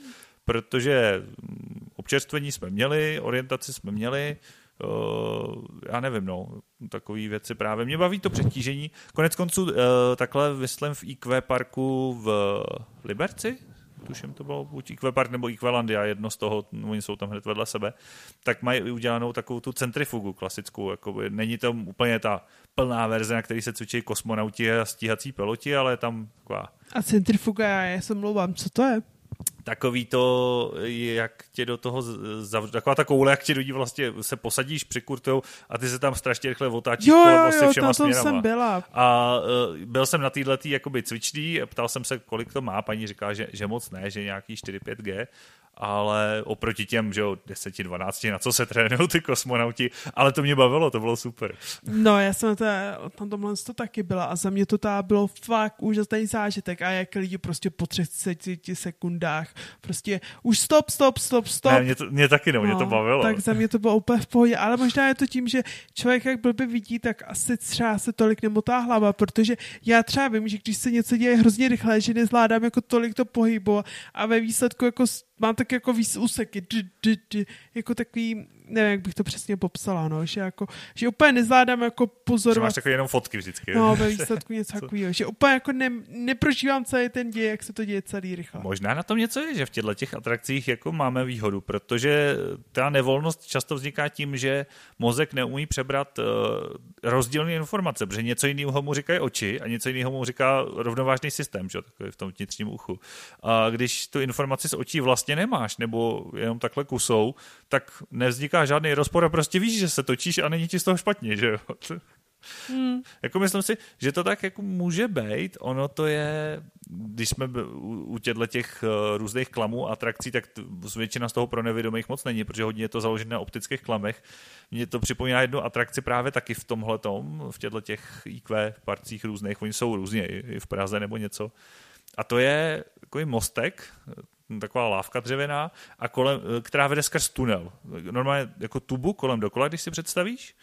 Speaker 2: protože občerstvení jsme měli, orientaci jsme měli, Uh, já nevím, no, takový věci právě. Mě baví to přetížení. Konec konců uh, takhle myslím v í kvé parku v Liberci, tuším to bylo buď í kvé park nebo í kvé Landia, jedno z toho, oni jsou tam hned vedle sebe, tak mají udělanou takovou tu centrifugu klasickou. Jakoby. Není to úplně ta plná verze, na který se cvičí kosmonauti a stíhací piloti, ale je tam taková...
Speaker 1: A centrifuga, já se mluvám, co to je?
Speaker 2: Takový to, jak tě do toho zavřu, taková ta koule, jak tě do ní vlastně se posadíš, přikurtujou a ty se tam strašně rychle otáčíš kolem vlastně všema směrama.
Speaker 1: Jsem byla.
Speaker 2: A uh, byl jsem na této jakoby cvičný, ptal jsem se, kolik to má, paní říká, že, že moc ne, že nějaký čtyři pět gé, ale oproti těm, že jo, deset dvanáct, na co se trénují ty kosmonauti, ale to mě bavilo, to bylo super.
Speaker 1: No, já jsem na, té, na tomhle to taky byla a za mě to tá bylo fakt úžasný zážitek a jak lidi prostě po třiceti sekundách prostě už stop, stop, stop, stop.
Speaker 2: Ne, mě, to, mě taky no, mě to bavilo.
Speaker 1: Tak za mě to bylo úplně v pohodě, ale možná je to tím, že člověk jak blbě vidí, tak asi třeba se tolik nemotá hlava, protože já třeba vím, že když se něco děje hrozně rychle, že nezvládám jako tolik to pohybu a ve výsledku jako mám tak jako víc úseky, d, d, d, jako takový, nevím, jak bych to přesně popsala, no, že jako, že úplně nezvládám jako pozorovat.
Speaker 2: Že máš takové jenom fotky vždycky.
Speaker 1: No, ve výsledku něco takového, že úplně jako ne, neprožívám celý ten děj, jak se to děje celý rychle.
Speaker 2: Možná na tom něco je, že v těchto těch atrakcích jako máme výhodu, protože ta nevolnost často vzniká tím, že mozek neumí přebrat uh, rozdílné informace, protože něco jiného mu říkají oči a něco jiného mu říká rovnovážný systém, že? Takový v tom vnitřním uchu. A když tu informaci z očí vlastně nemáš, nebo jenom takhle kusou, tak nevzniká žádný rozpor a prostě víš, že se točíš a není ti z toho špatně, že jo? Hmm. Jako myslím si, že to tak jako může být, ono to je, když jsme u těchto těch různých klamů atrakcí, tak většina z toho pro nevědomých moc není, protože hodně je to založené na optických klamech. Mně to připomíná jednu atrakci právě taky v tomhletom, v těchto těch í kvé parcích různých, oni jsou různě i v Praze nebo něco. A to je takový mostek, taková lávka dřevěná, a kolem, která vede skrz tunel. Normálně jako tubu kolem dokola, když si představíš.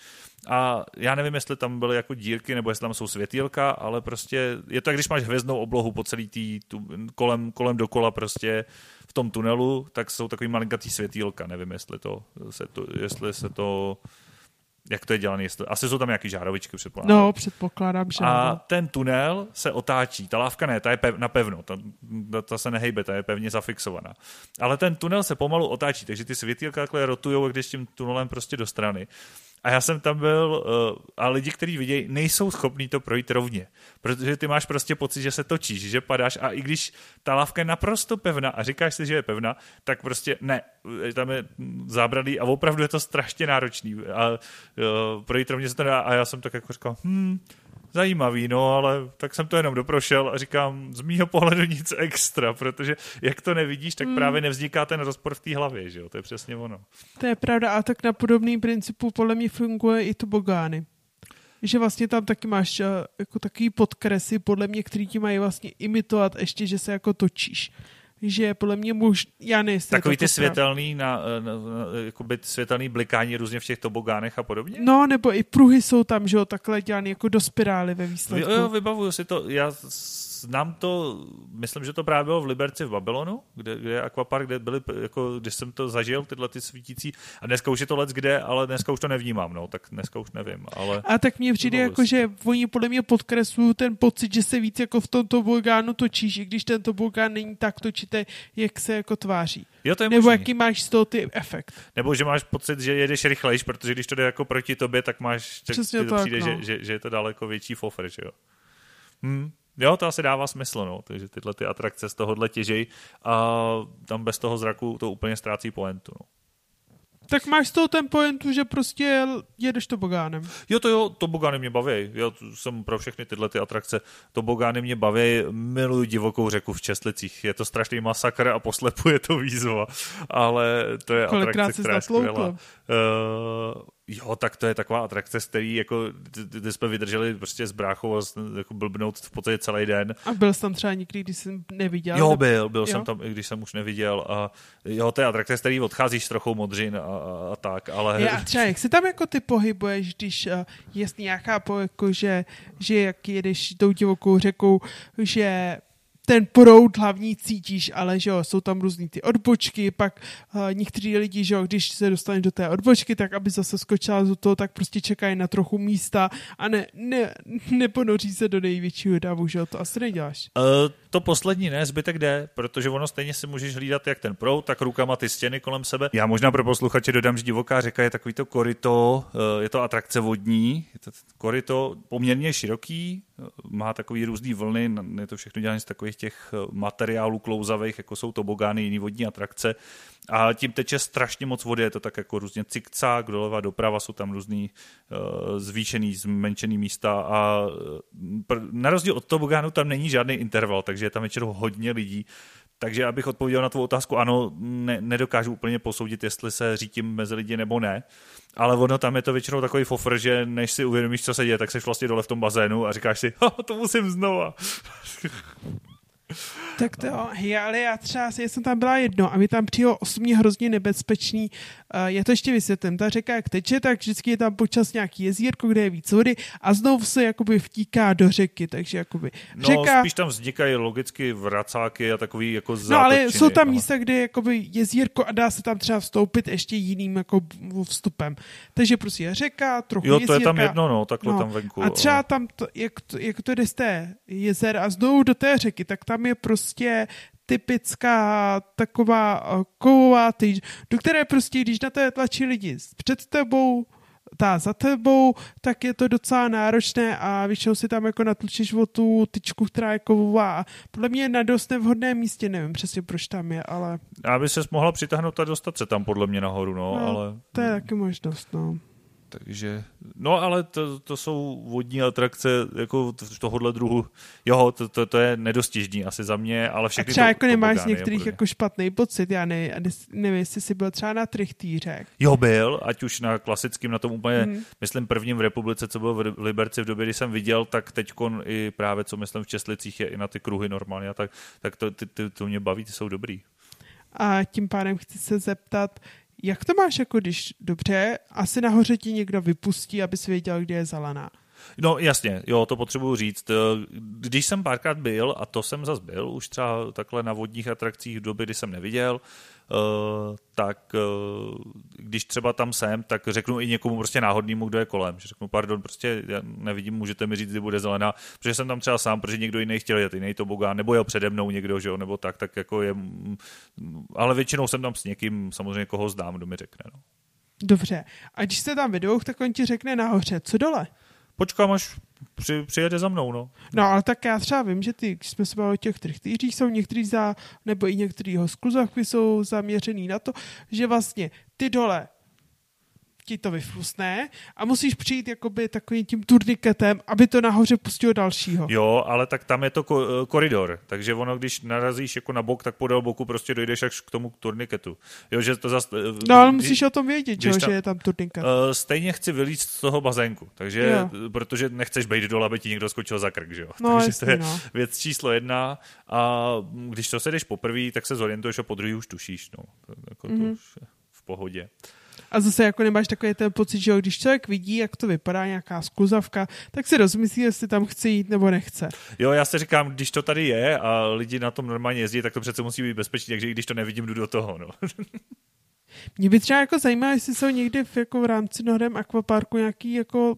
Speaker 2: A já nevím, jestli tam byly jako dírky, nebo jestli tam jsou světýlka, ale prostě je to, jak když máš hvězdnou oblohu po celý tý, tu, kolem, kolem dokola prostě v tom tunelu, tak jsou takový malinkatý světýlka. Nevím, jestli to se to, jestli se to jak to je dělané, jestli, asi jsou tam nějaký žárovičky, předpokládám.
Speaker 1: No, předpokládám, že
Speaker 2: a ten tunel se otáčí, ta lávka ne, ta je pev, napevno, ta, ta se nehejbe, ta je pevně zafixovaná. Ale ten tunel se pomalu otáčí, takže ty světýlka takhle rotujou, když tím tunelem prostě do strany. A já jsem tam byl a lidi, kteří vidějí, nejsou schopní to projít rovně, protože ty máš prostě pocit, že se točíš, že padáš a i když ta lávka je naprosto pevná a říkáš si, že je pevná, tak prostě ne, tam je zábradlí a opravdu je to strašně náročný a projít rovně se to dá a já jsem tak jako říkal, hm, zajímavý, no, ale tak jsem to jenom doprošel a říkám, z mýho pohledu nic extra, protože jak to nevidíš, tak mm. právě nevzniká ten rozpor v té hlavě, že jo, to je přesně ono.
Speaker 1: To je pravda a tak na podobný principu podle mě funguje i tobogány. Že vlastně tam taky máš uh, jako takový podkresy, podle mě, který ti mají vlastně imitovat ještě, že se jako točíš. Že podle mě muž, já nejsem.
Speaker 2: Takový ty světelný, na, na, na, jakoby světelný blikání různě v těch tobogánech a podobně?
Speaker 1: No, nebo i pruhy jsou tam, že jo, takhle dělaný jako do spirály ve výsledku.
Speaker 2: Jo, jo, vybavuju si to, já znám to, myslím, že to právě bylo v Liberci v Babylonu, kde, kde je akvapark, kde byly, jako, když jsem to zažil, tyhle ty svítící, a dneska už je to let kde, ale dneska už to nevnímám, no, tak dneska už nevím, ale...
Speaker 1: A tak mně přijde jako, že oni podle mě podkreslují ten pocit, že se víc jako v tom tobogánu točíš, i když ten tobogán není tak točitý, jak se jako tváří.
Speaker 2: Jo, to je
Speaker 1: Nebo
Speaker 2: možný.
Speaker 1: jaký máš z toho ty efekt.
Speaker 2: Nebo že máš pocit, že jedeš rychlejš, protože když to jde jako proti tobě, tak máš, tak ti to přijde, no. že, že, že je to daleko větší fofr, že jo. Hm. Jo, to asi dává smysl, no, takže tyhle ty atrakce z tohohle těžej a tam bez toho zraku to úplně ztrácí pointu, no.
Speaker 1: Tak máš z toho ten pointu, že prostě jedeš tobogánem.
Speaker 2: Jo, to jo, tobogány mě baví. Já jsem pro všechny tyhle ty atrakce. Tobogány mě baví, miluju divokou řeku v Čestlicích. Je to strašný masakr a poslepuje to výzva. Ale to je
Speaker 1: Kolikrát
Speaker 2: atrakce, která je skvělá. Uh, jo, tak to je taková atrakce, z který jako, kde jsme vydrželi prostě s bráchou a jako blbnout v podstatě celý den.
Speaker 1: A byl jsi tam třeba někdy, když jsem neviděl?
Speaker 2: Jo, byl, byl
Speaker 1: jo?
Speaker 2: jsem tam, i když jsem už neviděl. A jo, to je atrakce, z který odcházíš s trochou modřin a, a, a tak, ale...
Speaker 1: Já třeba, jak se tam jako ty pohybuješ, když uh, jest nějaká po, jako, že, že jak jedeš tou divokou řekou, že ten proud hlavní cítíš, ale že jo, jsou tam různý ty odbočky, pak uh, někteří lidi, že jo, když se dostaneš do té odbočky, tak aby zase skočila do toho, tak prostě čekají na trochu místa a ne, ne, neponoří se do největšího davu, že jo, to asi neděláš.
Speaker 2: Uh, to poslední ne, zbytek jde, protože ono stejně si můžeš hlídat jak ten proud, tak rukama ty stěny kolem sebe. Já možná pro posluchače dodám, že Divoká řeka je takový to koryto, uh, je to atrakce vodní, je to koryto poměrně široký, má takový různý vlny, je to všechno dělané z takových těch materiálů klouzavých, jako jsou tobogány, jiný vodní atrakce a tím teče strašně moc vody, je to tak jako různě cikcák, doleva, doprava, jsou tam různý uh, zvýšený, zmenšený místa a pr- na rozdíl od tobogánu tam není žádný interval, takže je tam většinou hodně lidí. Takže abych odpověděl na tvou otázku, ano, ne, nedokážu úplně posoudit, jestli se řítím mezi lidi nebo ne, ale ono tam je to většinou takový fofr, že než si uvědomíš, co se děje, tak jsi vlastně dole v tom bazénu a říkáš si, to musím znova.
Speaker 1: Tak to jo, ale já třeba já jsem tam byla jedno a mi tam přijelo osobně hrozně nebezpečný. Uh, já to ještě vysvětlím. Ta řeka jak teče, tak vždycky je tam počas nějaký jezírko, kde je víc vody a znovu se jakoby vtíká do řeky, takže jakoby řeka...
Speaker 2: No spíš tam vznikají logicky vracáky a takový jako zátočiny.
Speaker 1: No ale jsou tam
Speaker 2: aha.
Speaker 1: místa, kde je jakoby jezírko a dá se tam třeba vstoupit ještě jiným jako vstupem. Takže prostě je řeka, trochu
Speaker 2: jo,
Speaker 1: jezírka.
Speaker 2: Jo, to je tam jedno, no, takhle
Speaker 1: no.
Speaker 2: tam venku.
Speaker 1: A třeba tam, to, jak, to, jak to jde z té jezer a znovu do té řeky, tak tam je prostě typická taková kovová tyč, do které prostě, když na to tlačí lidi před tebou, ta za tebou, tak je to docela náročné a většinou si tam jako natlučíš o tu tyčku, která je kovová. Podle mě je na dost nevhodném místě, nevím přesně proč tam je, ale...
Speaker 2: Aby ses mohla přitáhnout a dostat se tam podle mě nahoru, no,
Speaker 1: no
Speaker 2: ale...
Speaker 1: To je taky možnost, no.
Speaker 2: Takže, no ale to, to jsou vodní atrakce jako tohohle druhu, jo, to, to, to je nedostižný asi za mě, ale všechny
Speaker 1: a třeba
Speaker 2: to,
Speaker 1: jako nemáš z
Speaker 2: tobogány,
Speaker 1: některých jako špatný pocit, já ne, nevím, jestli jsi byl třeba na trichtýřech.
Speaker 2: Jo, byl, ať už na klasickým, na tom úplně,
Speaker 1: mm. myslím
Speaker 2: prvním v republice, co bylo v Liberci v době, kdy jsem viděl, tak teďkon i právě, co myslím v Česlicích, je i na ty kruhy normálně, a tak, tak to, ty, ty, to mě baví, ty jsou dobrý.
Speaker 1: A tím pádem chci se zeptat, jak to máš, jako když dobře, asi nahoře ti někdo vypustí, abys věděl, kde je zelená.
Speaker 2: No jasně, jo, to potřebuji říct. Když jsem párkrát byl, a to jsem zas byl, už třeba takhle na vodních atrakcích v době, kdy jsem neviděl, Uh, tak uh, když třeba tam jsem, tak řeknu i někomu prostě náhodnému, kdo je kolem. Že řeknu, pardon, prostě já nevidím, můžete mi říct, kdy bude zelená, protože jsem tam třeba sám, protože někdo jiný chtěl jet, jiný tobogán, nebo jel přede mnou někdo, že jo, nebo tak, tak jako je, ale většinou jsem tam s někým, samozřejmě koho znám, kdo mi řekne. No.
Speaker 1: Dobře, a když jste tam vedou, tak on ti řekne nahoře, co dole?
Speaker 2: Počkám, až při, přijede za mnou, no.
Speaker 1: No, ale tak já třeba vím, že ty, když jsme se bavili o těch trichtýřích, jsou některý za, nebo i některý skluzavky jsou zaměřený na to, že vlastně ty dole ti to vyflusne a musíš přijít jakoby takovým tím turniketem, aby to nahoře pustilo dalšího.
Speaker 2: Jo, ale tak tam je to ko- koridor, takže ono, když narazíš jako na bok, tak podél boku prostě dojdeš až k tomu turniketu. Jo, že to zas,
Speaker 1: no, ale musíš o tom vědět, čo,
Speaker 2: tam,
Speaker 1: že je tam turniket.
Speaker 2: Uh, stejně chci vylíct z toho bazénku, takže, jo. Protože nechceš být dole, aby ti někdo skočil za krk, že jo.
Speaker 1: No,
Speaker 2: takže
Speaker 1: jasný,
Speaker 2: to je
Speaker 1: no.
Speaker 2: věc číslo jedna a když to sedeš poprvé, tak se zorientuješ a po druhý už tušíš, no. To, jako mm-hmm. to už je v pohodě.
Speaker 1: A zase jako nemáš takový ten pocit, že když člověk vidí, jak to vypadá nějaká skluzavka, tak si rozmyslí, jestli tam chce jít nebo nechce.
Speaker 2: Jo, já si říkám, když to tady je a lidi na tom normálně jezdí, tak to přece musí být bezpečný, takže i když to nevidím, jdu do toho, no.
Speaker 1: Mě by třeba jako zajímalo, jestli jsou někdy v, jako v rámci Northern Aquaparku nějaký jako...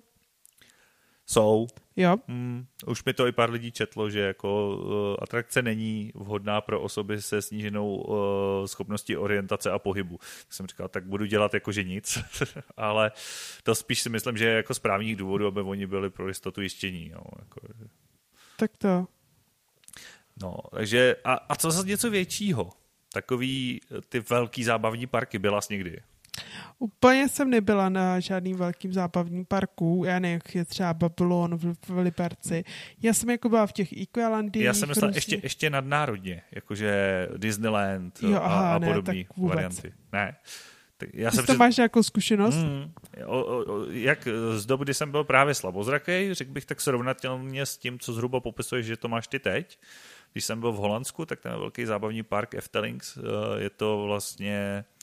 Speaker 2: Jsou.
Speaker 1: Jo.
Speaker 2: Hmm, už mi to i pár lidí četlo, že jako uh, atrakce není vhodná pro osoby se sníženou uh, schopností orientace a pohybu. Tak jsem říkal, tak budu dělat jako že nic, ale to spíš si myslím, že je jako z právních důvodů, aby oni byli pro jistotu jištění. No, jako,
Speaker 1: tak to.
Speaker 2: No, takže a, a co za něco většího? Takový ty velký zábavní parky, byla jsi někdy?
Speaker 1: Úplně jsem nebyla na žádným velkým zábavním parku. Já nevím, jak je třeba Babylon v, v Liberci. Já jsem jako byla v těch Equalandích.
Speaker 2: Já jsem myslel ještě, ještě nadnárodně, jakože Disneyland
Speaker 1: jo, aha,
Speaker 2: a, a
Speaker 1: ne,
Speaker 2: podobné varianty. Ne. Tak já
Speaker 1: Ty
Speaker 2: jsem
Speaker 1: to
Speaker 2: před...
Speaker 1: máš nějakou zkušenost?
Speaker 2: Mm, o, o, jak z doby, kdy jsem byl právě slabozrakej, řekl bych tak srovnatelně s tím, co zhruba popisuješ, že to máš ty teď. Když jsem byl v Holandsku, tak ten velký zábavní park Eftelings, je to vlastně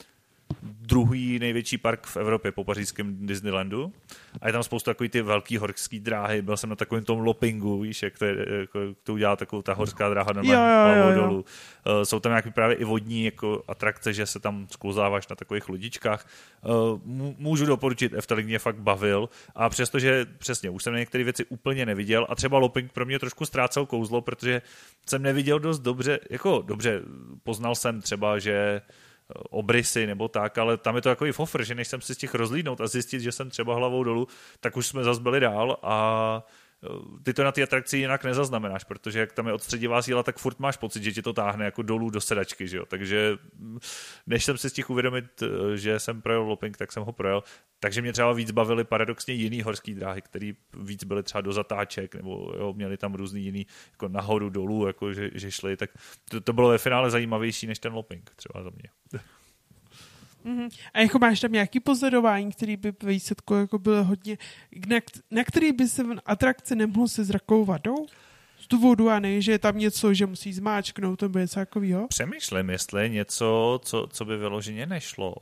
Speaker 2: druhý největší park v Evropě po pařížském Disneylandu a je tam spoustu takový ty velký horský dráhy. Byl jsem na takovém tom Lopingu, víš, jak to, je, jako, to udělá takovou ta horská dráha normálně dolů. Uh, jsou tam nějaký právě i vodní jako atrakce, že se tam skluzáváš na takových lodičkách. Uh, můžu doporučit, Efteling mě fakt bavil a přestože přesně, už jsem některé věci úplně neviděl a třeba Loping pro mě trošku ztrácel kouzlo, protože jsem neviděl dost dobře, jako dobře, poznal jsem třeba, že obrysy nebo tak, ale tam je to takový fofr, že než jsem si z těch rozlídnout a zjistit, že jsem třeba hlavou dolů, tak už jsme zase byli dál a ty to na ty atrakci jinak nezaznamenáš, protože jak tam je odstředivá síla, tak furt máš pocit, že ti to táhne jako dolů do sedačky, že jo? Takže než jsem si z těch uvědomit, že jsem projel Loping, tak jsem ho projel. Takže mě třeba víc bavily paradoxně jiný horský dráhy, které víc byly třeba do zatáček, nebo jo, měli tam různý jiný jako nahoru, dolů, jako že, že šli, tak to, to bylo ve finále zajímavější než ten Loping, třeba za mě.
Speaker 1: Mm-hmm. A jako máš tam nějaký pozorování, který by ve výsledku jako bylo hodně, na, na který by se v atrakci nemohl se zrakovou vadou? Z důvodu, a ne, že je tam něco, že musí zmáčknout, to bude něco takového?
Speaker 2: Přemýšlím, jestli je něco, co, co by vyloženě nešlo.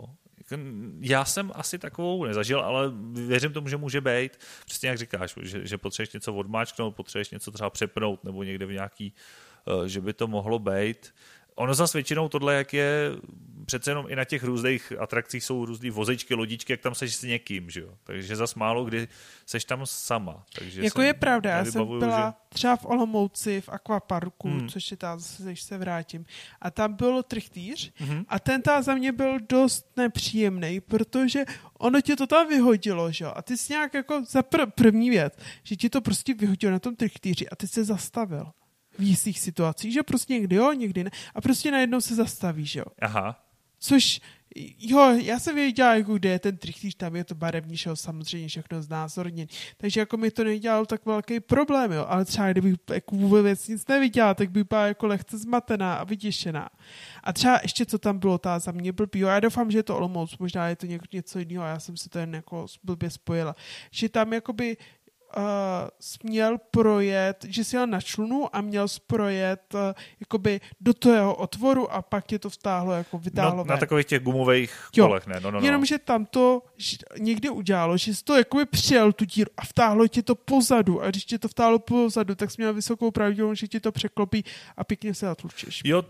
Speaker 2: Já jsem asi takovou nezažil, ale věřím tomu, že může být. Přesně jak říkáš, že, že potřebuješ něco odmáčknout, potřebuješ něco třeba přepnout, nebo někde v nějaký, že by to mohlo být. Ono zase většinou tohle, jak je přece jenom i na těch různých atrakcích jsou různý vozečky, lodičky, jak tam seš s někým, že jo. Takže zase málo kdy seš tam sama. Takže
Speaker 1: jako je pravda, já jsem byla že... třeba v Olomouci v akvaparku, hmm. což je tam zase, než se vrátím. A tam byl trichtýř hmm. a ten tam za mě byl dost nepříjemný, protože ono tě to tam vyhodilo, že jo. A ty jsi nějak jako za pr- první věc, že ti to prostě vyhodilo na tom trichtýři a ty se zastavil. V jistých situacích, že prostě někdy jo, někdy ne. A prostě najednou se zastaví, že jo.
Speaker 2: Aha.
Speaker 1: Což, jo, já jsem věděla, jako kde je ten trichtýř, tam je to barevný, že jo, samozřejmě všechno znázorněn. Takže jako mi to nedělalo tak velký problém, jo. Ale třeba kdybych jako vůbec nic neviděla, tak bych byla jako lehce zmatená a vyděšená. A třeba ještě, co tam bylo, ta za mě blbý, jo. Já doufám, že je to Olomouc, možná je to něco jiného, já jsem si to jen jako blbě spojila. Že tam jakoby Uh, směl projet, že jsi jel na člunu a měl jsi projet uh, jakoby do toho otvoru a pak tě to vtáhlo, jako vytáhlo
Speaker 2: no,
Speaker 1: ven.
Speaker 2: Na takových těch gumových jo. kolech, ne? No, no, no.
Speaker 1: Jenomže tam to někdy udělalo, že jsi to jakoby přijel tu díru a vtáhlo tě to pozadu a když tě to vtáhlo pozadu, tak jsi měl vysokou pravděpodobnost, že tě to překlopí a pěkně se zatlučíš.
Speaker 2: Jo,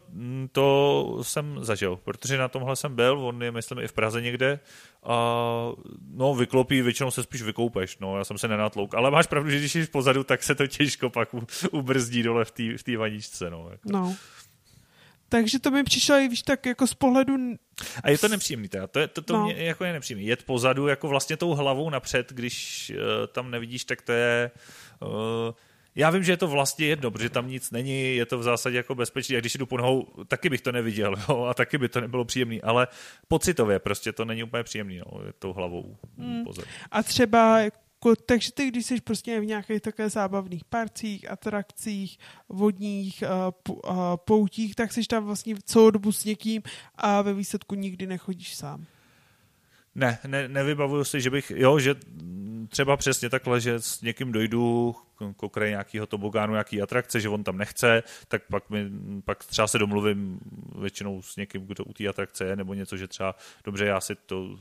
Speaker 2: to jsem zažil, protože na tomhle jsem byl, on je myslím i v Praze někde a no vyklopí, většinou se spíš vykoupeš, no já jsem se nenatlouk, ale máš pravdu, že když jsi pozadu, tak se to těžko pak ubrzdí dole v té v té vaničce, no. Jako.
Speaker 1: No. Takže to mi přišlo i víš tak jako z pohledu...
Speaker 2: A je to nepříjemný teda, to, je, to, to
Speaker 1: no.
Speaker 2: mě jako je nepříjemný. Jet pozadu jako vlastně tou hlavou napřed, když uh, tam nevidíš, tak to je... Uh, já vím, že je to vlastně jedno, protože tam nic není, je to v zásadě jako bezpečný a když jdu po nohou, taky bych to neviděl, jo, a taky by to nebylo příjemný, ale pocitově prostě to není úplně příjemný, no, tou hlavou hmm. pozadu.
Speaker 1: A třeba... Takže ty, když jsi prostě v nějakých také zábavných parcích, atrakcích, vodních uh, uh, poutích, tak jsi tam vlastně celou dobu s někým a ve výsledku nikdy nechodíš sám.
Speaker 2: Ne, ne, nevybavuju si, že bych, jo, že třeba přesně takhle, že s někým dojdu k okraji nějakého tobogánu, nějaký atrakce, že on tam nechce, tak pak, mi, pak třeba se domluvím většinou s někým, kdo u té atrakce je, nebo něco, že třeba dobře, já si to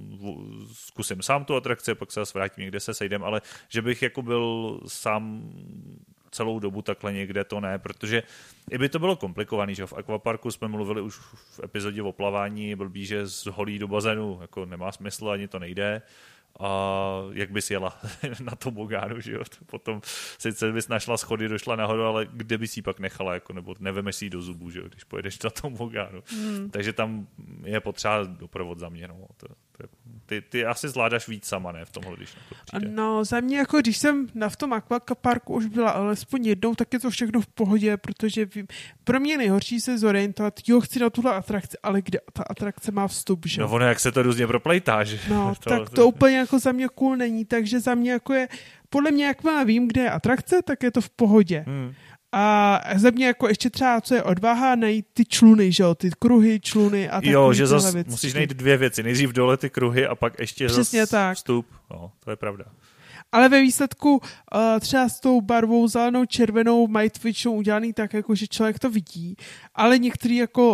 Speaker 2: zkusím sám tu atrakci, pak se zase vrátím někde se sejdem, ale že bych jako byl sám celou dobu takhle někde, to ne, protože i by to bylo komplikovaný, že v akvaparku jsme mluvili už v epizodě o plavání, blbý, že z holí do bazénu jako nemá smysl, ani to nejde. A jak bys jela na tobogánu, že jo? Potom sice bys našla schody, došla nahoru, ale kde bys jí pak nechala, jako, nebo nevemeš si jí do zubů, že jo? Když pojedeš na tobogánu. Hmm. Takže tam je potřeba doprovod za mě. No. To, to je, ty, ty asi zvládáš víc sama, ne? V tomhle, když na to přijde.
Speaker 1: No, za mě, jako když jsem na v tom akvaparku už byla alespoň jednou, tak je to všechno v pohodě, protože vím, pro mě nejhorší se zorientovat, jo, chci na tuhle atrakci, ale kde ta atrakce má vstup, že?
Speaker 2: No ono, jak se to různě proplejtá, že?
Speaker 1: No,
Speaker 2: to,
Speaker 1: tak to úplně jako za mě cool není, takže za mě jako je, podle mě, jak má vím, kde je atrakce, tak je to v pohodě. Hmm. A za mě jako ještě třeba, co je odvaha, najít ty čluny, že jo, ty kruhy, čluny a takový.
Speaker 2: Jo, že zase musíš najít dvě věci, nejdřív dole ty kruhy a pak ještě zase vstup. No, to je pravda.
Speaker 1: Ale ve výsledku uh, třeba s tou barvou zelenou, červenou mají většinou udělaný tak, jako, že člověk to vidí, ale některý jako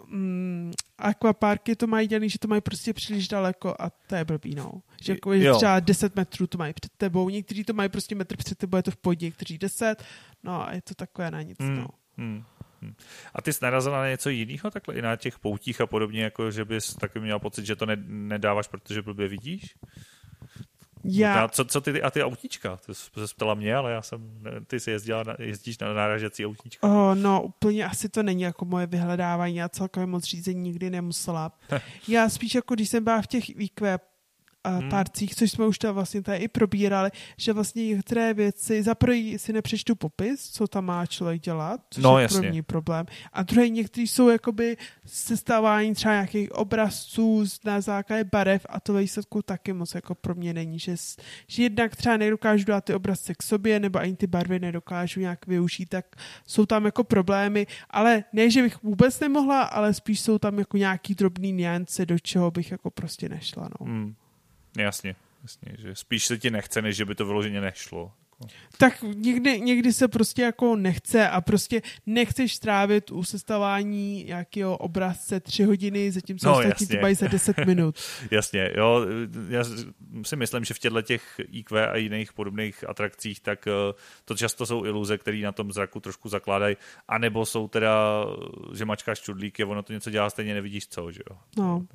Speaker 1: mm, akvaparky to mají dělaný, že to mají prostě příliš daleko a to je blbý, no. Že jako, že třeba deset metrů to mají před tebou, někteří to mají prostě metr před tebou, je to v pohodě, někteří deset, no a je to takové na nic,
Speaker 2: hmm.
Speaker 1: no.
Speaker 2: Hmm. A ty jsi narazila na něco jiného takhle i na těch poutích a podobně, jako že bys taky měla pocit, že to ne, nedáváš, protože blbě vidíš?
Speaker 1: Já...
Speaker 2: Co, co ty a ty autíčka? Ty jsi se ptala mě, ale já jsem, ty jsi jezdila, na, jezdíš na náražecí autíčka.
Speaker 1: Oh, no, úplně asi to není jako moje vyhledávání, já celkově moc řízení nikdy nemusela. Já spíš jako, když jsem byla v těch V Q Hmm. párcích, což jsme už to vlastně tady i probírali, že vlastně některé věci, za první si nepřečtu popis, co tam má člověk dělat, což
Speaker 2: no,
Speaker 1: je první problém. A druhé, některý jsou jakoby sestavování třeba nějakých obrazců na základě barev a to ve výsledku taky moc jako pro mě není, že, že jednak třeba nedokážu dát ty obrazce k sobě, nebo ani ty barvy nedokážu nějak využít, tak jsou tam jako problémy, ale ne, že bych vůbec nemohla, ale spíš jsou tam jako nějaký drobný nuance, do čeho bych jako prostě nešla, no.
Speaker 2: Hmm. Jasně, jasně, že spíš se ti nechce, než že by to vyloženě nešlo.
Speaker 1: Tak někdy, někdy se prostě jako nechce a prostě nechceš strávit u sestavání nějakého obrazce tři hodiny, zatímco
Speaker 2: no,
Speaker 1: ostatní to mají za deset minut.
Speaker 2: Jasně, jo, já si myslím, že v těchto těch í kvé a jiných podobných atrakcích, tak to často jsou iluze, které na tom zraku trošku zakládají, anebo jsou teda, že mačkáš čudlíky, ono to něco dělá, stejně nevidíš co, že jo.
Speaker 1: No.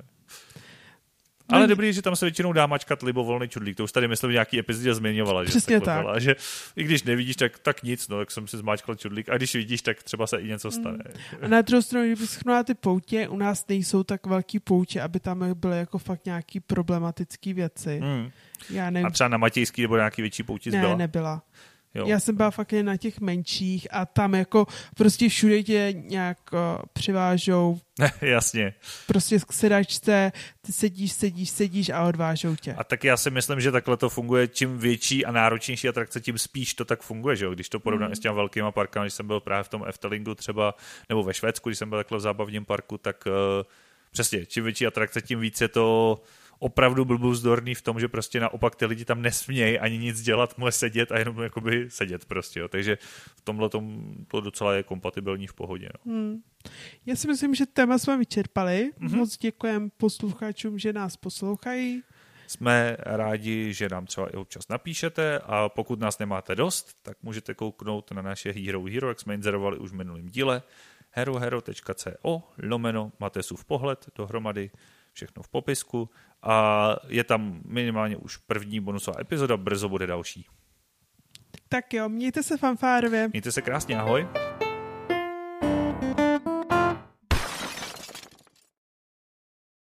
Speaker 2: Ale dobrý, že tam se většinou dá mačkat libovolný čudlík. To už tady myslím v nějaký epizodě zmiňovala. Že
Speaker 1: přesně tak.
Speaker 2: Byla, že i když nevidíš, tak, tak nic, no, tak jsem si zmáčkal čudlík. A když vidíš, tak třeba se i něco stane.
Speaker 1: Mm. A na druhou stranu, kdyby schnula ty poutě, u nás nejsou tak velký poutě, aby tam byly jako fakt nějaký problematický věci.
Speaker 2: Mm.
Speaker 1: Já nevím.
Speaker 2: A třeba na Matějský nebo nějaký větší pouti zbyla?
Speaker 1: Ne, nebyla.
Speaker 2: Jo.
Speaker 1: Já jsem byla fakt jen na těch menších a tam jako prostě všude tě nějak uh, přivážou.
Speaker 2: Jasně.
Speaker 1: Prostě k sedačce, ty sedíš, sedíš, sedíš a odvážou tě.
Speaker 2: A tak já si myslím, že takhle to funguje, čím větší a náročnější atrakce, tím spíš to tak funguje, že jo? Když to porovnám mm. s těmi velkýma parkami, když jsem byl právě v tom Eftelingu třeba, nebo ve Švédsku, když jsem byl takhle v zábavním parku, tak uh, přesně, čím větší atrakce, tím víc je to opravdu blbůzdorný v tom, že prostě naopak ty lidi tam nesmějí ani nic dělat, může sedět a jenom jakoby sedět prostě, jo. Takže v tomhle tom to docela je kompatibilní v pohodě. No.
Speaker 1: Hmm. Já si myslím, že téma jsme vyčerpali. Mm-hmm. Moc děkujeme posluchačům, že nás poslouchají.
Speaker 2: Jsme rádi, že nám třeba i občas napíšete a pokud nás nemáte dost, tak můžete kouknout na naše Hero Hero, jak jsme inzerovali už v minulém díle, herohero.co lomeno Matesův pohled dohromady, všechno v popisku a je tam minimálně už první bonusová epizoda, brzo bude další.
Speaker 1: Tak jo, mějte se fanfárově.
Speaker 2: Mějte se krásně, ahoj.